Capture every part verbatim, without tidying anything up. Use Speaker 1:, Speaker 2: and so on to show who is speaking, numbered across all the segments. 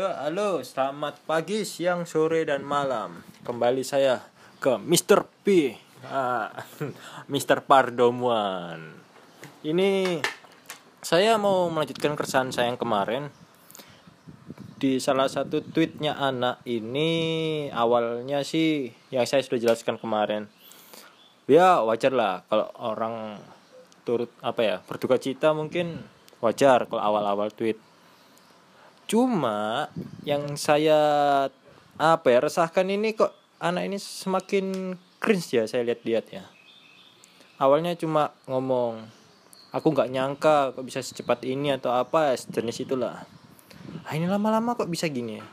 Speaker 1: Ya, halo, selamat pagi, siang, sore, dan malam. Kembali saya ke mister P, ah, mister Pardomuan. Ini saya mau melanjutkan keresahan saya yang kemarin. Di salah satu tweetnya anak ini, awalnya sih yang saya sudah jelaskan kemarin. Ya, wajar lah kalau orang turut apa ya berduka cita, mungkin wajar kalau awal-awal tweet. Cuma yang saya apa ya resahkan ini, kok anak ini semakin cringe ya saya lihat-lihat ya. Awalnya cuma ngomong, aku nggak nyangka kok bisa secepat ini atau apa sejenis itulah. Ah, ini lama-lama kok bisa gini ya.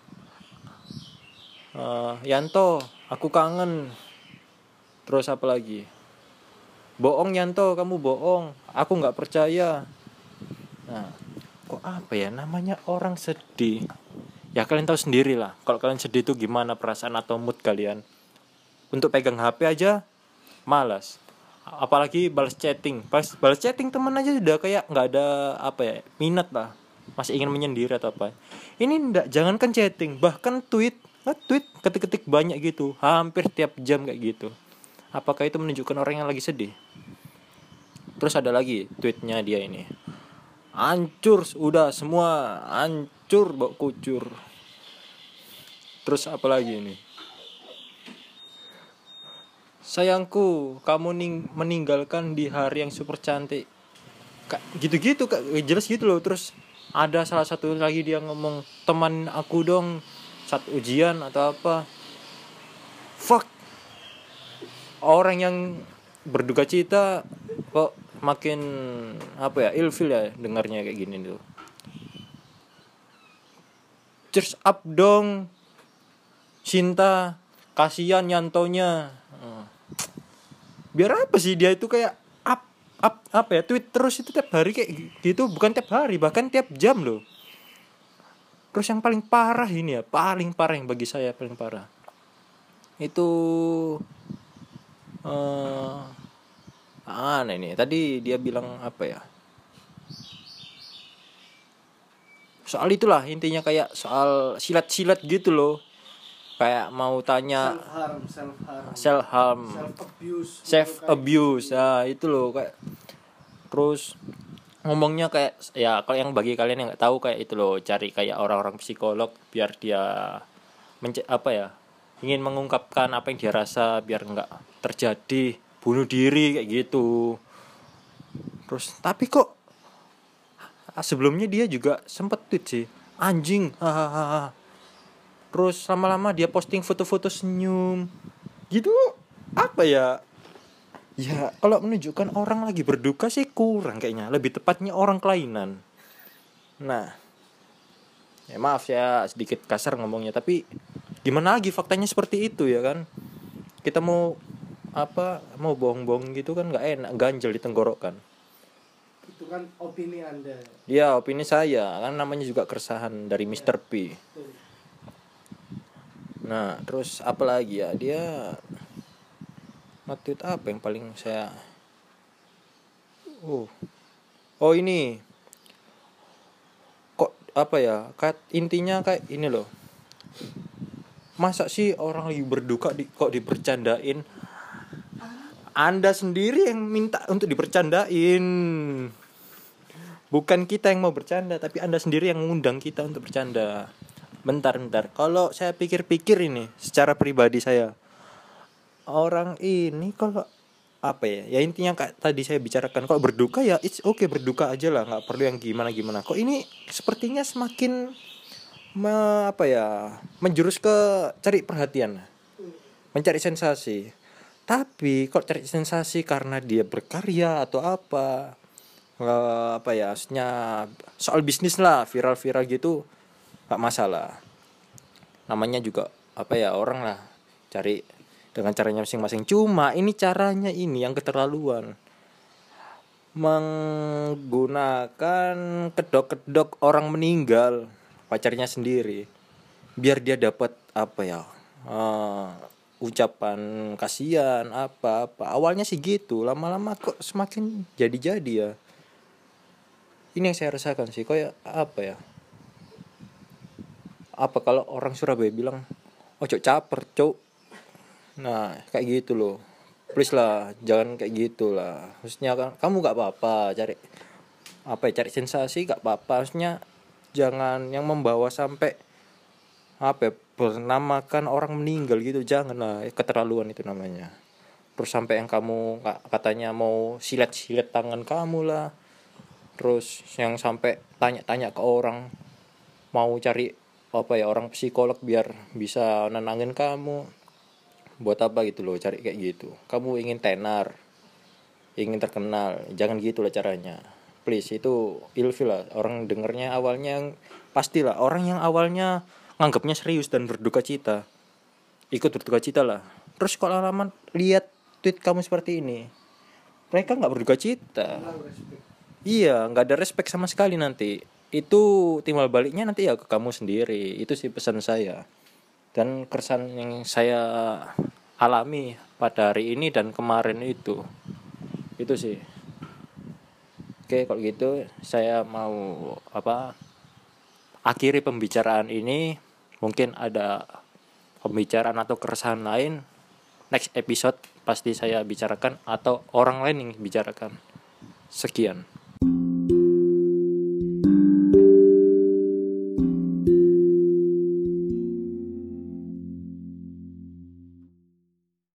Speaker 1: Uh, Yanto, aku kangen. Terus apa lagi? Bohong Yanto, kamu bohong. Aku nggak percaya. Nah, kok apa ya namanya orang sedih. Ya kalian tahu sendiri lah, kalau kalian sedih itu gimana perasaan atau mood kalian. Untuk pegang H P aja malas. Apalagi balas chatting. Balas, balas chatting teman aja udah kayak nggak ada apa ya minat lah. Masih ingin menyendiri atau apa. Ini ndak, jangankan chatting, bahkan tweet, nge-tweet ketik-ketik banyak gitu, hampir tiap jam kayak gitu. Apakah itu menunjukkan orang yang lagi sedih? Terus ada lagi tweetnya dia ini. Hancur, udah semua hancur, bau kucur. Terus apa lagi ini? Sayangku, kamu ning- meninggalkan di hari yang super cantik. Kak, gitu-gitu kak, jelas gitu loh. Terus ada salah satu lagi dia ngomong, teman aku dong saat ujian atau apa. Fuck. Orang yang berduka cita kok makin apa ya ilfil ya dengarnya kayak gini tuh. Cheers up dong Cinta, kasihan Yantonya. Biar apa sih dia itu kayak up up apa ya tweet terus itu tiap hari kayak gitu, bukan tiap hari bahkan tiap jam loh. Terus yang paling parah ini ya, paling parah yang bagi saya paling parah itu uh, ah nah ini tadi dia bilang apa ya, soal itulah intinya, kayak soal silat-silat gitu loh. Kayak mau tanya
Speaker 2: self harm, self harm,
Speaker 1: self harm,
Speaker 2: self abuse,
Speaker 1: self abuse, nah itu loh kayak. Terus ngomongnya kayak ya kalau yang bagi kalian yang nggak tahu kayak itu loh, cari kayak orang-orang psikolog biar dia menc- apa ya ingin mengungkapkan apa yang dia rasa biar nggak terjadi bunuh diri kayak gitu. Terus tapi kok sebelumnya dia juga sempet tweet sih, anjing, hahaha. Terus lama-lama dia posting foto-foto senyum gitu. Apa ya, ya kalau menunjukkan orang lagi berduka sih kurang kayaknya, lebih tepatnya orang kelainan. Nah ya maaf ya sedikit kasar ngomongnya, tapi gimana lagi faktanya seperti itu ya kan. Kita mau apa, mau bohong-bohong gitu kan nggak enak, ganjel di tenggorokan.
Speaker 2: itu kan opini Anda.
Speaker 1: Ya opini saya kan, namanya juga keresahan dari mister P. Nah terus apa lagi ya, dia nge-tweet apa yang paling saya oh oh ini kok apa ya, kayak intinya kayak ini loh, masa sih orang lagi berduka di, kok dibercandain. Anda sendiri yang minta untuk dibercandain, bukan kita yang mau bercanda, tapi Anda sendiri yang mengundang kita untuk bercanda. Bentar-bentar, kalau saya pikir-pikir ini secara pribadi saya, orang ini kalau apa ya, ya intinya kayak tadi saya bicarakan, kalau berduka ya it's okay, berduka aja lah, nggak perlu yang gimana-gimana. Kok ini sepertinya semakin me, apa ya menjurus ke cari perhatian, mencari sensasi. Tapi kok cari sensasi karena dia berkarya atau apa, nggak apa ya, maksudnya soal bisnis lah, viral-viral gitu nggak masalah. Namanya juga apa ya, orang lah cari dengan caranya masing-masing. Cuma ini caranya ini yang keterlaluan, menggunakan kedok-kedok orang meninggal, pacarnya sendiri, biar dia dapat apa ya, uh, ucapan kasihan apa-apa. Awalnya sih gitu, lama-lama kok semakin jadi-jadi ya. Ini yang saya rasakan sih, kayak apa ya, apa kalau orang Surabaya bilang ojo caper cuk. Nah kayak gitu loh, please lah jangan kayak gitu lah. Maksudnya kan kamu nggak apa-apa cari apa ya, cari sensasi nggak apa-apa. Maksudnya jangan yang membawa sampai apa ya, bernamakan orang meninggal gitu, jangan lah, keterlaluan itu namanya. Terus sampai yang kamu katanya mau silet-silet tangan kamu lah, terus yang sampai tanya-tanya ke orang, mau cari apa ya, orang psikolog biar bisa nenangin kamu. Buat apa gitu loh cari kayak gitu. Kamu ingin tenar, ingin terkenal, jangan gitu lah caranya. Please, itu ilfil lah. Orang dengernya awalnya pastilah orang yang awalnya nganggapnya serius dan berduka cita, ikut berduka cita lah. Terus kalau lama lihat tweet kamu seperti ini, mereka nggak berduka cita. Iya, nggak ada respect sama sekali nanti. Itu timbal baliknya nanti ya ke kamu sendiri. Itu sih pesan saya. Dan keresahan yang saya alami pada hari ini dan kemarin itu. Itu sih. Oke, kalau gitu saya mau apa? Akhiri pembicaraan ini. Mungkin ada pembicaraan atau keresahan lain. Next episode pasti saya bicarakan atau orang lain yang bicarakan. Sekian.